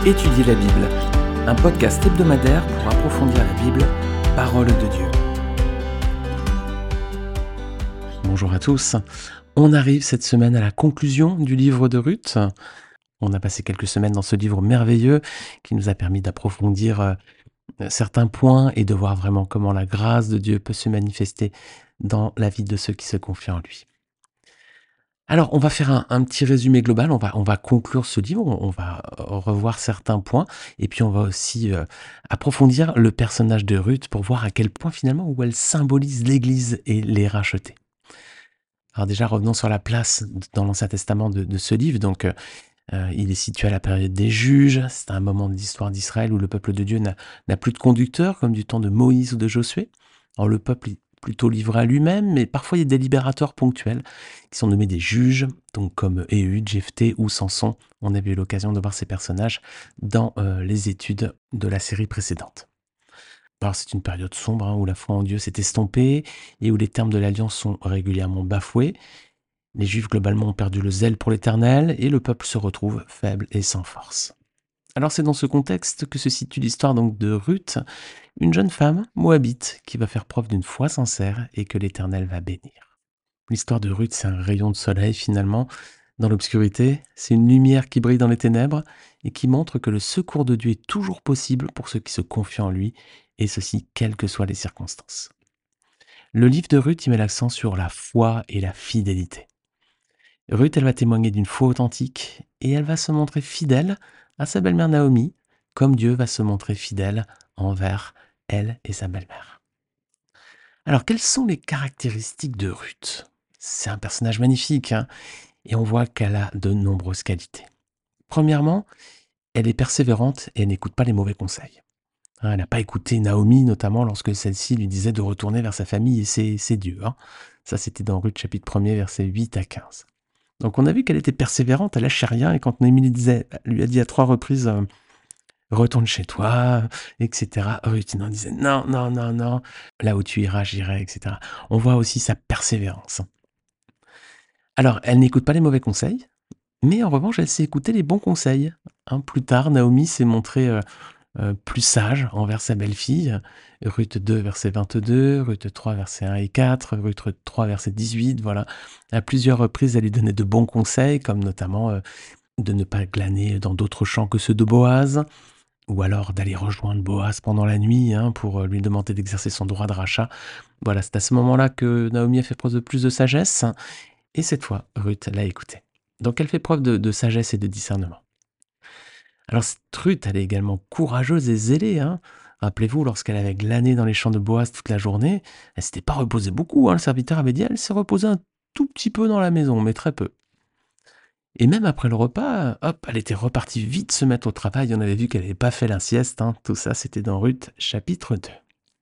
Étudier la Bible, un podcast hebdomadaire pour approfondir la Bible, parole de Dieu. Bonjour à tous, on arrive cette semaine à la conclusion du livre de Ruth. On a passé quelques semaines dans ce livre merveilleux qui nous a permis d'approfondir certains points et de voir vraiment comment la grâce de Dieu peut se manifester dans la vie de ceux qui se confient en lui. Alors, on va faire un petit résumé global, on va conclure ce livre, on va revoir certains points, et puis on va aussi approfondir le personnage de Ruth pour voir à quel point finalement où elle symbolise l'Église et les rachetés. Alors déjà, revenons sur la place dans l'Ancien Testament de ce livre. Donc, il est situé à la période des Juges, c'est un moment de l'histoire d'Israël où le peuple de Dieu n'a plus de conducteur, comme du temps de Moïse ou de Josué. Alors le peuple est plutôt livré à lui-même, mais parfois il y a des libérateurs ponctuels qui sont nommés des juges, donc comme Éhud, Jephthé ou Samson. On avait eu l'occasion de voir ces personnages dans les études de la série précédente. Alors c'est une période sombre où la foi en Dieu s'est estompée et où les termes de l'alliance sont régulièrement bafoués. Les Juifs globalement ont perdu le zèle pour l'Éternel et le peuple se retrouve faible et sans force. Alors c'est dans ce contexte que se situe l'histoire donc de Ruth, une jeune femme moabite qui va faire preuve d'une foi sincère et que l'Éternel va bénir. L'histoire de Ruth, c'est un rayon de soleil finalement dans l'obscurité, c'est une lumière qui brille dans les ténèbres et qui montre que le secours de Dieu est toujours possible pour ceux qui se confient en lui, et ceci quelles que soient les circonstances. Le livre de Ruth y met l'accent sur la foi et la fidélité. Ruth, elle va témoigner d'une foi authentique et elle va se montrer fidèle à sa belle-mère Naomi, comme Dieu va se montrer fidèle envers elle et sa belle-mère. Alors, quelles sont les caractéristiques de Ruth ? C'est un personnage magnifique, et on voit qu'elle a de nombreuses qualités. Premièrement, elle est persévérante et elle n'écoute pas les mauvais conseils. Elle n'a pas écouté Naomi, notamment lorsque celle-ci lui disait de retourner vers sa famille et ses dieux. Ça, c'était dans Ruth chapitre 1er, versets 8 à 15. Donc on a vu qu'elle était persévérante, elle lâchait rien, et quand Naomi lui a dit à 3 reprises retourne chez toi, etc. Ruth disait non, non, non, non, là où tu iras, j'irai, etc. On voit aussi sa persévérance. Alors, elle n'écoute pas les mauvais conseils, mais en revanche, elle sait écouter les bons conseils. Plus tard, Naomi s'est montrée plus sage envers sa belle-fille. Ruth 2, verset 22, Ruth 3, verset 1 et 4, Ruth 3, verset 18, voilà. À plusieurs reprises, elle lui donnait de bons conseils, comme notamment de ne pas glaner dans d'autres champs que ceux de Boaz, ou alors d'aller rejoindre Boaz pendant la nuit pour lui demander d'exercer son droit de rachat. Voilà, c'est à ce moment-là que Naomi a fait preuve de plus de sagesse, et cette fois, Ruth l'a écoutée. Donc elle fait preuve de sagesse et de discernement. Alors cette Ruth, elle est également courageuse et zélée. Rappelez-vous, lorsqu'elle avait glané dans les champs de Boaz toute la journée, elle s'était pas reposée beaucoup. Le serviteur avait dit, elle s'est reposée un tout petit peu dans la maison, mais très peu. Et même après le repas, hop, elle était repartie vite se mettre au travail. On avait vu qu'elle n'avait pas fait la sieste. Tout ça, c'était dans Ruth chapitre 2.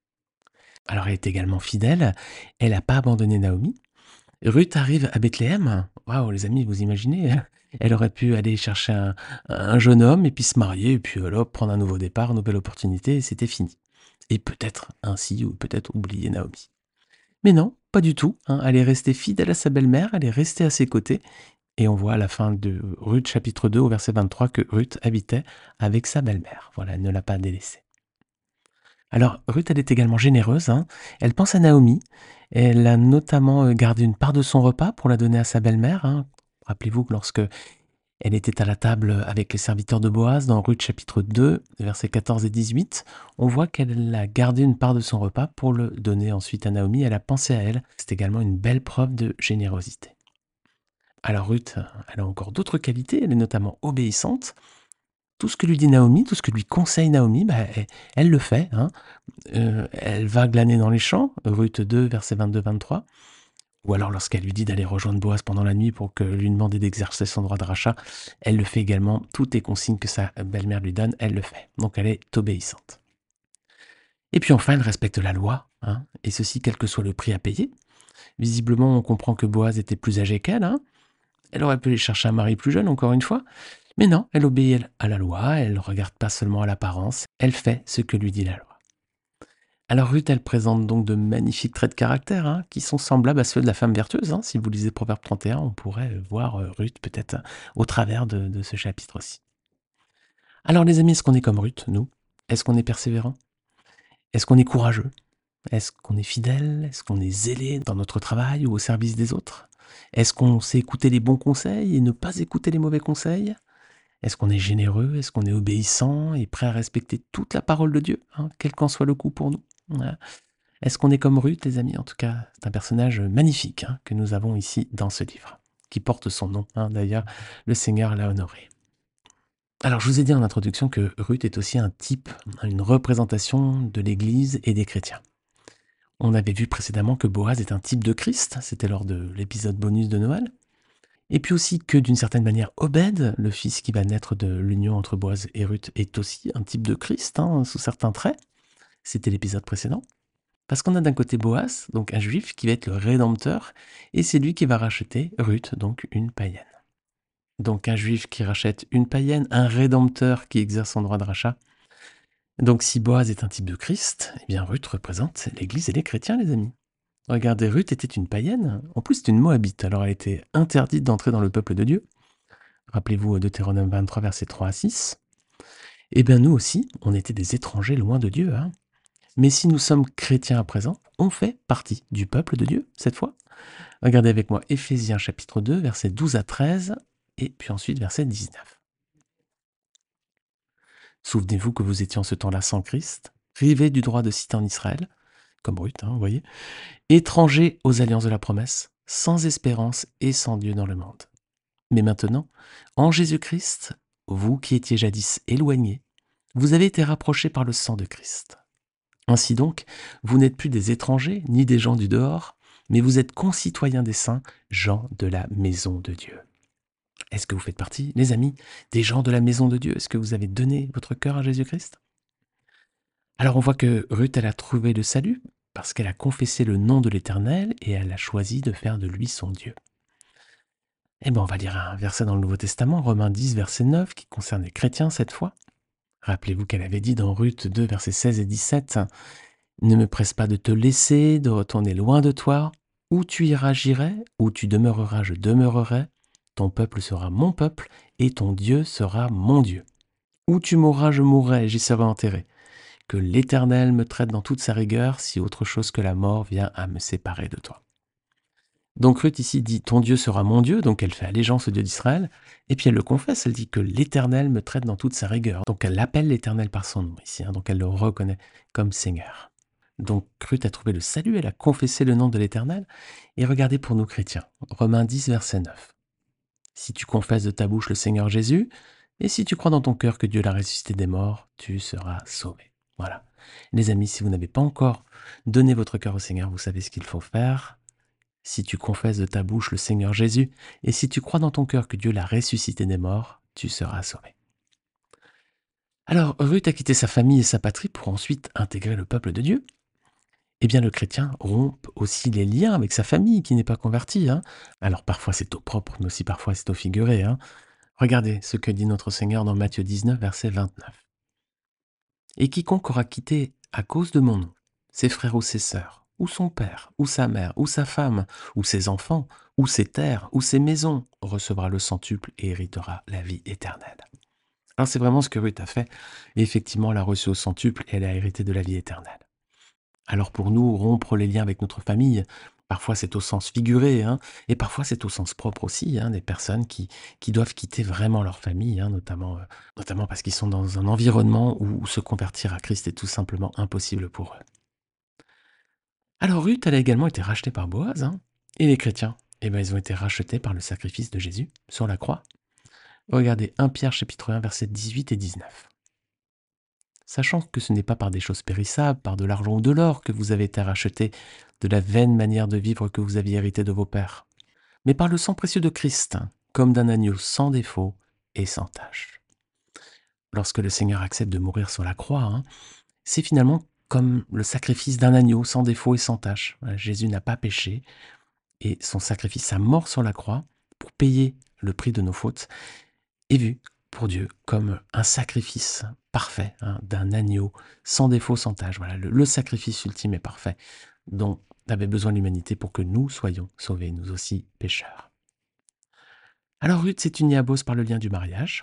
Alors elle est également fidèle. Elle n'a pas abandonné Naomi. Ruth arrive à Bethléem. Waouh, les amis, vous imaginez elle aurait pu aller chercher un jeune homme et puis se marier, et puis hop, prendre un nouveau départ, une nouvelle opportunité, et c'était fini. Et peut-être ainsi, ou peut-être oublier Naomi. Mais non, pas du tout. Elle est restée fidèle à sa belle-mère, elle est restée à ses côtés. Et on voit à la fin de Ruth chapitre 2 au verset 23 que Ruth habitait avec sa belle-mère. Voilà, elle ne l'a pas délaissée. Alors Ruth, elle est également généreuse. Elle pense à Naomi. Elle a notamment gardé une part de son repas pour la donner à sa belle-mère. Rappelez-vous que lorsque elle était à la table avec les serviteurs de Boaz dans Ruth chapitre 2, versets 14 et 18, on voit qu'elle a gardé une part de son repas pour le donner ensuite à Naomi. Elle a pensé à elle. C'est également une belle preuve de générosité. Alors Ruth, elle a encore d'autres qualités. Elle est notamment obéissante. Tout ce que lui dit Naomi, tout ce que lui conseille Naomi, elle le fait. Elle va glaner dans les champs, Ruth 2, versets 22-23. Ou alors lorsqu'elle lui dit d'aller rejoindre Boaz pendant la nuit pour lui demander d'exercer son droit de rachat, elle le fait également. Toutes les consignes que sa belle-mère lui donne, elle le fait. Donc elle est obéissante. Et puis enfin, elle respecte la loi, et ceci quel que soit le prix à payer. Visiblement, on comprend que Boaz était plus âgé qu'elle. Elle aurait pu aller chercher un mari plus jeune, encore une fois. Mais non, elle obéit à la loi, elle ne regarde pas seulement à l'apparence, elle fait ce que lui dit la loi. Alors Ruth, elle présente donc de magnifiques traits de caractère qui sont semblables à ceux de la femme vertueuse. Si vous lisez Proverbe 31, on pourrait voir Ruth peut-être au travers de ce chapitre aussi. Alors les amis, est-ce qu'on est comme Ruth, nous? Est-ce qu'on est persévérant? Est-ce qu'on est courageux? Est-ce qu'on est fidèle? Est-ce qu'on est zélé dans notre travail ou au service des autres? Est-ce qu'on sait écouter les bons conseils et ne pas écouter les mauvais conseils? Est-ce qu'on est généreux? Est-ce qu'on est obéissant et prêt à respecter toute la parole de Dieu, hein, quel qu'en soit le coût pour nous? Voilà. Est-ce qu'on est comme Ruth, les amis? En tout cas, c'est un personnage magnifique, hein, que nous avons ici dans ce livre, qui porte son nom, hein, d'ailleurs, le Seigneur l'a honoré. Alors, je vous ai dit en introduction que Ruth est aussi un type, une représentation de l'Église et des chrétiens. On avait vu précédemment que Boaz est un type de Christ, c'était lors de l'épisode bonus de Noël. Et puis aussi que d'une certaine manière, Obed, le fils qui va naître de l'union entre Boaz et Ruth, est aussi un type de Christ, hein, sous certains traits. C'était l'épisode précédent. Parce qu'on a d'un côté Boaz, donc un juif, qui va être le rédempteur, et c'est lui qui va racheter Ruth, donc une païenne. Donc un juif qui rachète une païenne, un rédempteur qui exerce son droit de rachat. Donc si Boaz est un type de Christ, eh bien Ruth représente l'Église et les chrétiens, les amis. Regardez, Ruth était une païenne, en plus c'était une moabite, alors elle était interdite d'entrer dans le peuple de Dieu. Rappelez-vous Deutéronome 23, versets 3 à 6. Eh bien nous aussi, on était des étrangers loin de Dieu, hein. Mais si nous sommes chrétiens à présent, on fait partie du peuple de Dieu, cette fois. Regardez avec moi Éphésiens chapitre 2, versets 12 à 13, et puis ensuite verset 19. Souvenez-vous que vous étiez en ce temps-là sans Christ, privés du droit de cité en Israël, comme Ruth, hein, vous voyez, étrangers aux alliances de la promesse, sans espérance et sans Dieu dans le monde. Mais maintenant, en Jésus-Christ, vous qui étiez jadis éloignés, vous avez été rapprochés par le sang de Christ. Ainsi donc, vous n'êtes plus des étrangers ni des gens du dehors, mais vous êtes concitoyens des saints, gens de la maison de Dieu. Est-ce que vous faites partie, les amis, des gens de la maison de Dieu? Est-ce que vous avez donné votre cœur à Jésus-Christ? Alors on voit que Ruth, elle a trouvé le salut parce qu'elle a confessé le nom de l'Éternel et elle a choisi de faire de lui son Dieu. Eh bien, on va lire un verset dans le Nouveau Testament, Romains 10, verset 9, qui concerne les chrétiens cette fois. Rappelez-vous qu'elle avait dit dans Ruth 2, versets 16 et 17, ne me presse pas de te laisser, de retourner loin de toi. Où tu iras, j'irai. Où tu demeureras, je demeurerai. Ton peuple sera mon peuple, et ton Dieu sera mon Dieu. Où tu mourras, je mourrai, et j'y serai enterré. Que l'Éternel me traite dans toute sa rigueur, si autre chose que la mort vient à me séparer de toi. Donc Ruth ici dit, ton Dieu sera mon Dieu, donc elle fait allégeance au Dieu d'Israël, et puis elle le confesse, elle dit que l'Éternel me traite dans toute sa rigueur. Donc elle appelle l'Éternel par son nom ici, hein, donc elle le reconnaît comme Seigneur. Donc Ruth a trouvé le salut, elle a confessé le nom de l'Éternel. Et regardez pour nous chrétiens, Romains 10, verset 9. Si tu confesses de ta bouche le Seigneur Jésus, et si tu crois dans ton cœur que Dieu l'a ressuscité des morts, tu seras sauvé. Voilà. Les amis, si vous n'avez pas encore donné votre cœur au Seigneur, vous savez ce qu'il faut faire. Si tu confesses de ta bouche le Seigneur Jésus, et si tu crois dans ton cœur que Dieu l'a ressuscité des morts, tu seras sauvé. Alors, Ruth a quitté sa famille et sa patrie pour ensuite intégrer le peuple de Dieu. Eh bien, le chrétien rompt aussi les liens avec sa famille qui n'est pas convertie, hein. Alors, parfois c'est au propre, mais aussi parfois c'est au figuré, hein. Regardez ce que dit notre Seigneur dans Matthieu 19, verset 29. Et quiconque aura quitté à cause de mon nom ses frères ou ses sœurs, ou son père, ou sa mère, ou sa femme, ou ses enfants, ou ses terres, ou ses maisons, recevra le centuple et héritera la vie éternelle. Alors c'est vraiment ce que Ruth a fait. Et effectivement, elle a reçu au centuple et elle a hérité de la vie éternelle. Alors pour nous, rompre les liens avec notre famille, parfois c'est au sens figuré, hein, et parfois c'est au sens propre aussi, hein, des personnes qui doivent quitter vraiment leur famille, hein, notamment parce qu'ils sont dans un environnement où se convertir à Christ est tout simplement impossible pour eux. Alors Ruth, elle a également été rachetée par Boaz, hein, et les chrétiens, eh ben, ils ont été rachetés par le sacrifice de Jésus sur la croix. Regardez 1 Pierre chapitre 1, versets 18 et 19. Sachant que ce n'est pas par des choses périssables, par de l'argent ou de l'or que vous avez été rachetés de la vaine manière de vivre que vous aviez hérité de vos pères, mais par le sang précieux de Christ, comme d'un agneau sans défaut et sans tache. Lorsque le Seigneur accepte de mourir sur la croix, hein, c'est finalement comme le sacrifice d'un agneau sans défaut et sans tache. Voilà, Jésus n'a pas péché et son sacrifice, sa mort sur la croix, pour payer le prix de nos fautes, est vu pour Dieu comme un sacrifice parfait, hein, d'un agneau sans défaut, sans tache. Voilà, le sacrifice ultime et parfait dont avait besoin l'humanité pour que nous soyons sauvés, nous aussi pécheurs. Alors Ruth s'est unie à Boz par le lien du mariage.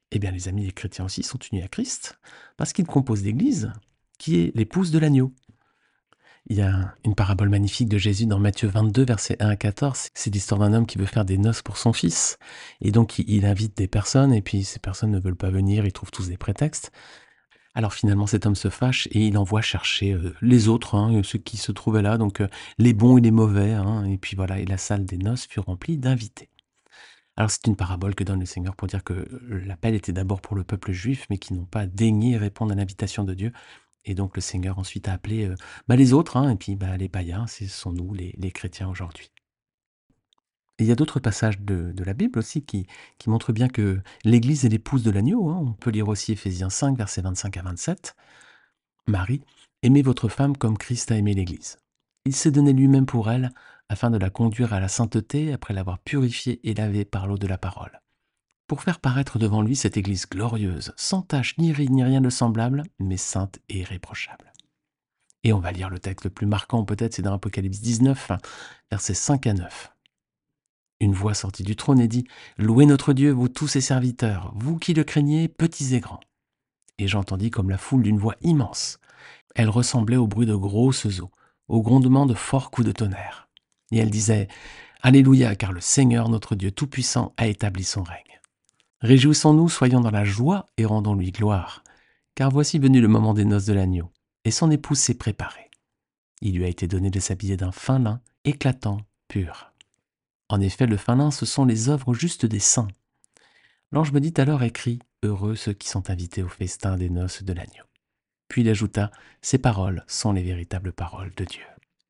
Eh bien, les amis, les chrétiens aussi sont unis à Christ, parce qu'ils composent l'Église, qui est l'épouse de l'agneau. Il y a une parabole magnifique de Jésus dans Matthieu 22, versets 1 à 14. C'est l'histoire d'un homme qui veut faire des noces pour son fils. Et donc, il invite des personnes, et puis ces personnes ne veulent pas venir, ils trouvent tous des prétextes. Alors finalement, cet homme se fâche et il envoie chercher les autres, hein, ceux qui se trouvaient là, donc les bons et les mauvais. Hein, et puis voilà, et la salle des noces fut remplie d'invités. Alors c'est une parabole que donne le Seigneur pour dire que l'appel était d'abord pour le peuple juif, mais qui n'ont pas daigné répondre à l'invitation de Dieu. Et donc le Seigneur ensuite a appelé les autres, hein, et puis les païens, ce sont nous, les chrétiens aujourd'hui. Et il y a d'autres passages de la Bible aussi qui montrent bien que l'Église est l'épouse de l'agneau. Hein. On peut lire aussi Éphésiens 5, versets 25 à 27. Marie, aimez votre femme comme Christ a aimé l'Église. Il s'est donné lui-même pour elle, afin de la conduire à la sainteté après l'avoir purifiée et lavée par l'eau de la parole, pour faire paraître devant lui cette Église glorieuse, sans tache ni ride ni rien de semblable, mais sainte et irréprochable. Et on va lire le texte le plus marquant peut-être, c'est dans Apocalypse 19, versets 5 à 9. Une voix sortit du trône et dit : « Louez notre Dieu, vous tous ses serviteurs, vous qui le craignez, petits et grands. » Et j'entendis comme la foule d'une voix immense. Elle ressemblait au bruit de grosses eaux, au grondement de forts coups de tonnerre. Et elle disait : « Alléluia, car le Seigneur notre Dieu Tout-Puissant a établi son règne. Réjouissons-nous, soyons dans la joie et rendons-lui gloire, car voici venu le moment des noces de l'agneau, et son épouse s'est préparée. Il lui a été donné de s'habiller d'un fin lin, éclatant, pur. En effet, le fin lin, ce sont les œuvres justes des saints. L'ange me dit alors : écrit, heureux ceux qui sont invités au festin des noces de l'agneau. Puis il ajouta : ces paroles sont les véritables paroles de Dieu.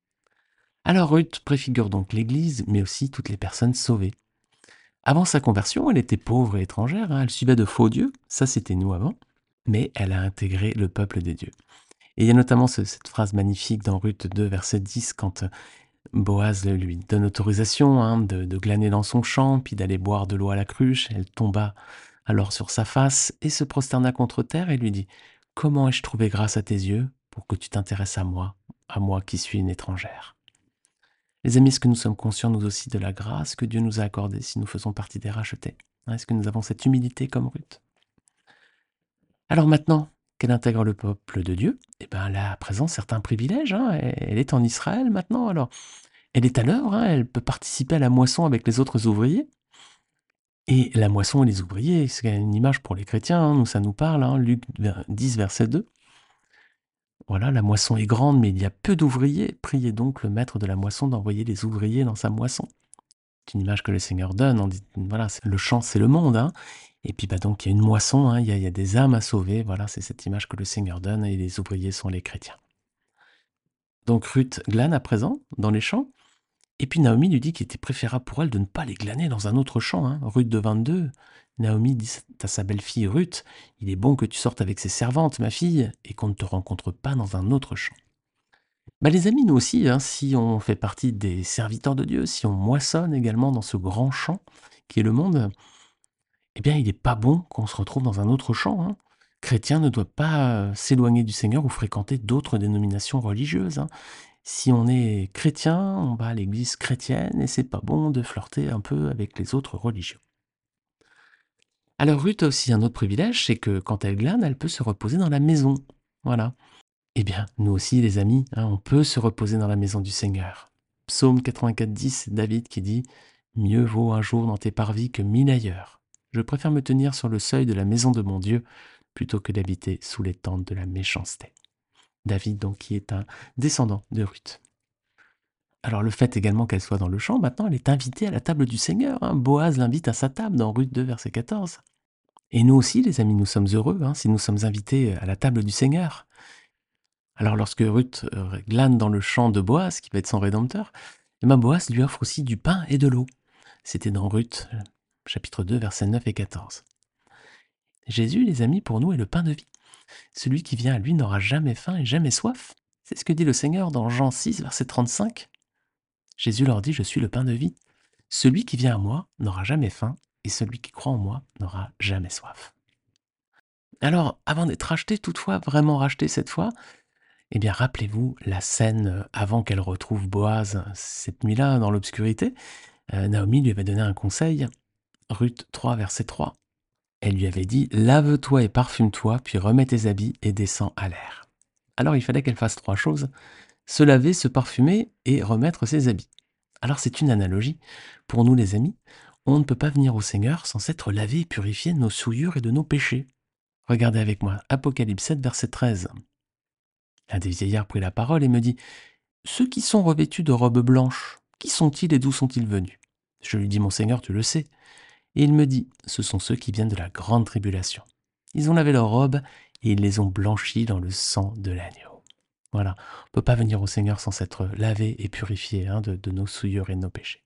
Alors Ruth préfigure donc l'Église, mais aussi toutes les personnes sauvées. Avant sa conversion, elle était pauvre et étrangère, hein, elle suivait de faux dieux, ça c'était nous avant, mais elle a intégré le peuple des dieux. Et il y a notamment cette phrase magnifique dans Ruth 2, verset 10, quand Boaz lui donne autorisation de glaner dans son champ, puis d'aller boire de l'eau à la cruche. Elle tomba alors sur sa face et se prosterna contre terre et lui dit : « Comment ai-je trouvé grâce à tes yeux pour que tu t'intéresses à moi qui suis une étrangère ?» Les amis, est-ce que nous sommes conscients nous aussi de la grâce que Dieu nous a accordée si nous faisons partie des rachetés ? Est-ce que nous avons cette humilité comme Ruth ? Alors maintenant qu'elle intègre le peuple de Dieu, eh ben, elle a à présent certains privilèges. Elle est en Israël maintenant, alors elle est à l'œuvre, elle peut participer à la moisson avec les autres ouvriers. Et la moisson et les ouvriers, c'est une image pour les chrétiens, nous ça nous parle, Luc 10, verset 2. Voilà, la moisson est grande, mais il y a peu d'ouvriers. Priez donc le maître de la moisson d'envoyer les ouvriers dans sa moisson. C'est une image que le Seigneur donne. On dit, voilà, le champ, c'est le monde. Et puis donc, il y a une moisson, il y a des âmes à sauver. Voilà, c'est cette image que le Seigneur donne et les ouvriers sont les chrétiens. Donc Ruth glane à présent dans les champs. Et puis Naomi lui dit qu'il était préférable pour elle de ne pas les glaner dans un autre champ. Ruth de 22, Naomi dit à sa belle-fille Ruth : « Il est bon que tu sortes avec ses servantes, ma fille, et qu'on ne te rencontre pas dans un autre champ. » Les amis, nous aussi, si on fait partie des serviteurs de Dieu, si on moissonne également dans ce grand champ qui est le monde, eh bien, il n'est pas bon qu'on se retrouve dans un autre champ. Chrétien ne doit pas s'éloigner du Seigneur ou fréquenter d'autres dénominations religieuses. Si on est chrétien, on va à l'église chrétienne et c'est pas bon de flirter un peu avec les autres religions. Alors Ruth a aussi un autre privilège, c'est que quand elle glane, elle peut se reposer dans la maison. Voilà. Eh bien, nous aussi les amis, on peut se reposer dans la maison du Seigneur. Psaume 84,10, c'est David qui dit : « Mieux vaut un jour dans tes parvis que 1000 ailleurs. Je préfère me tenir sur le seuil de la maison de mon Dieu plutôt que d'habiter sous les tentes de la méchanceté. » David, donc, qui est un descendant de Ruth. Alors le fait également qu'elle soit dans le champ, maintenant elle est invitée à la table du Seigneur. Boaz l'invite à sa table dans Ruth 2, verset 14. Et nous aussi, les amis, nous sommes heureux si nous sommes invités à la table du Seigneur. Alors lorsque Ruth glane dans le champ de Boaz, qui va être son rédempteur, Boaz lui offre aussi du pain et de l'eau. C'était dans Ruth, chapitre 2, versets 9 et 14. Jésus, les amis, pour nous est le pain de vie. Celui qui vient à lui n'aura jamais faim et jamais soif. C'est ce que dit le Seigneur dans Jean 6, verset 35. Jésus leur dit : « Je suis le pain de vie. Celui qui vient à moi n'aura jamais faim, et celui qui croit en moi n'aura jamais soif. » Alors, avant d'être racheté, toutefois, vraiment racheté cette fois, eh bien, rappelez-vous la scène avant qu'elle retrouve Boaz cette nuit-là dans l'obscurité. Naomi lui avait donné un conseil, Ruth 3, verset 3. Elle lui avait dit: «Lave-toi et parfume-toi, puis remets tes habits et descends à l'air». Alors il fallait qu'elle fasse 3 choses: se laver, se parfumer et remettre ses habits. Alors c'est une analogie. Pour nous les amis, on ne peut pas venir au Seigneur sans s'être lavé et purifié de nos souillures et de nos péchés. Regardez avec moi, Apocalypse 7, verset 13. L'un des vieillards prit la parole et me dit: «Ceux qui sont revêtus de robes blanches, qui sont-ils et d'où sont-ils venus?» Je lui dis: «Mon Seigneur, tu le sais». Et il me dit: «Ce sont ceux qui viennent de la grande tribulation. Ils ont lavé leurs robes et ils les ont blanchies dans le sang de l'agneau». Voilà, on ne peut pas venir au Seigneur sans s'être lavé et purifié de nos souillures et de nos péchés.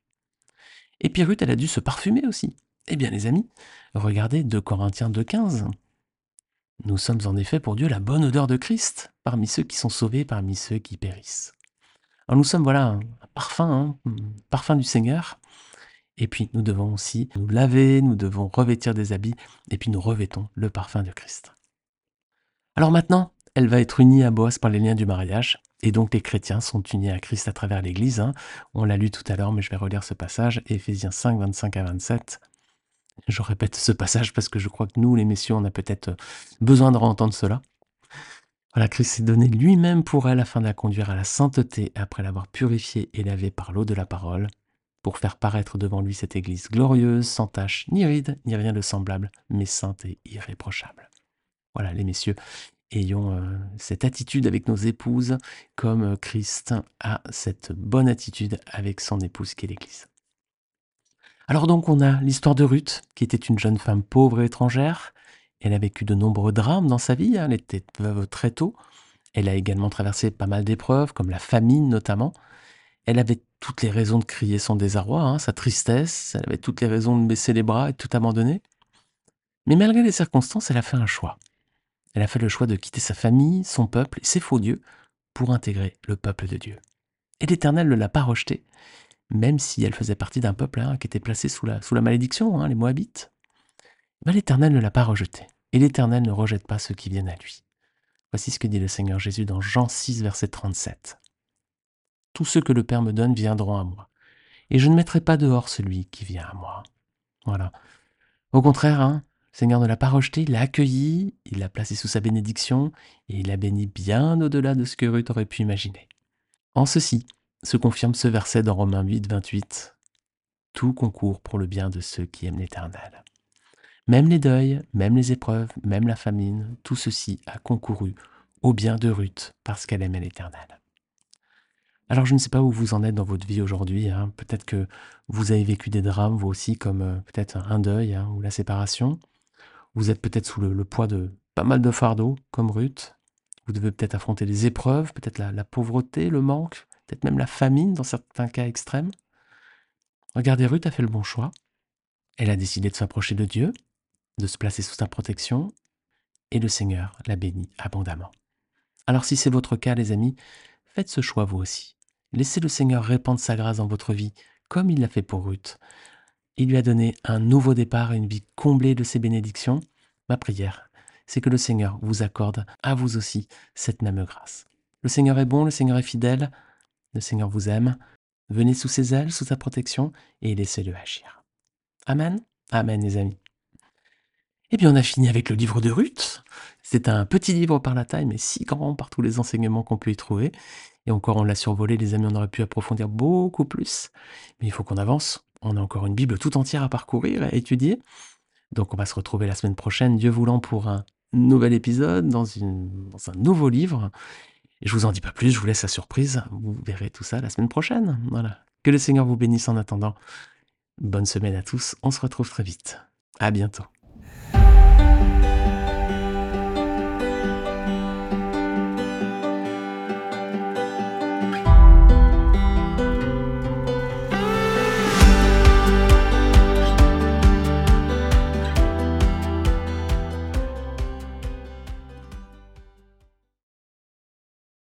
Et puis Ruth, elle a dû se parfumer aussi. Eh bien les amis, regardez 2 Corinthiens 2,15. Nous sommes en effet pour Dieu la bonne odeur de Christ, parmi ceux qui sont sauvés, parmi ceux qui périssent. Alors nous sommes voilà un parfum, parfum du Seigneur. Et puis nous devons aussi nous laver, nous devons revêtir des habits, et puis nous revêtons le parfum de Christ. Alors maintenant, elle va être unie à Boaz par les liens du mariage, et donc les chrétiens sont unis à Christ à travers l'Église. On l'a lu tout à l'heure, mais je vais relire ce passage, Éphésiens 5, 25 à 27. Je répète ce passage parce que je crois que nous, les messieurs, on a peut-être besoin de entendre cela. Voilà, Christ s'est donné lui-même pour elle afin de la conduire à la sainteté après l'avoir purifiée et lavée par l'eau de la parole, pour faire paraître devant lui cette Église glorieuse, sans tache, ni ride, ni rien de semblable, mais sainte et irréprochable. Voilà, les messieurs, ayons cette attitude avec nos épouses, comme Christ a cette bonne attitude avec son épouse qui est l'Église. Alors donc on a l'histoire de Ruth, qui était une jeune femme pauvre et étrangère. Elle a vécu de nombreux drames dans sa vie, elle était veuve très tôt. Elle a également traversé pas mal d'épreuves, comme la famine notamment. Elle avait toutes les raisons de crier son désarroi, sa tristesse, elle avait toutes les raisons de baisser les bras et de tout abandonner. Mais malgré les circonstances, elle a fait un choix. Elle a fait le choix de quitter sa famille, son peuple et ses faux dieux pour intégrer le peuple de Dieu. Et l'Éternel ne l'a pas rejetée, même si elle faisait partie d'un peuple qui était placé sous la malédiction, les Moabites. Ben, l'Éternel ne l'a pas rejetée. Et l'Éternel ne rejette pas ceux qui viennent à lui. Voici ce que dit le Seigneur Jésus dans Jean 6, verset 37. Tous ceux que le Père me donne viendront à moi, et je ne mettrai pas dehors celui qui vient à moi. Voilà. Au contraire, le Seigneur ne l'a pas rejeté, il l'a accueilli, il l'a placé sous sa bénédiction, et il l'a béni bien au-delà de ce que Ruth aurait pu imaginer. En ceci se confirme ce verset dans Romains 8, 28. Tout concourt pour le bien de ceux qui aiment l'Éternel. Même les deuils, même les épreuves, même la famine, tout ceci a concouru au bien de Ruth parce qu'elle aimait l'Éternel. Alors je ne sais pas où vous en êtes dans votre vie aujourd'hui, peut-être que vous avez vécu des drames vous aussi comme peut-être un deuil ou la séparation. Vous êtes peut-être sous le poids de pas mal de fardeaux comme Ruth. Vous devez peut-être affronter des épreuves, peut-être la pauvreté, le manque, peut-être même la famine dans certains cas extrêmes. Regardez, Ruth a fait le bon choix. Elle a décidé de s'approcher de Dieu, de se placer sous sa protection, et le Seigneur l'a bénie abondamment. Alors si c'est votre cas, les amis, faites ce choix vous aussi. Laissez le Seigneur répandre sa grâce dans votre vie, comme il l'a fait pour Ruth. Il lui a donné un nouveau départ et une vie comblée de ses bénédictions. Ma prière, c'est que le Seigneur vous accorde à vous aussi cette même grâce. Le Seigneur est bon, le Seigneur est fidèle, le Seigneur vous aime. Venez sous ses ailes, sous sa protection, et laissez-le agir. Amen. Amen, les amis. Eh bien, on a fini avec le livre de Ruth. C'est un petit livre par la taille, mais si grand par tous les enseignements qu'on peut y trouver. Et encore, on l'a survolé, les amis, on aurait pu approfondir beaucoup plus. Mais il faut qu'on avance. On a encore une Bible tout entière à parcourir, à étudier. Donc, on va se retrouver la semaine prochaine, Dieu voulant, pour un nouvel épisode, dans un nouveau livre. Et je vous en dis pas plus, je vous laisse la surprise. Vous verrez tout ça la semaine prochaine. Voilà. Que le Seigneur vous bénisse en attendant. Bonne semaine à tous. On se retrouve très vite. À bientôt.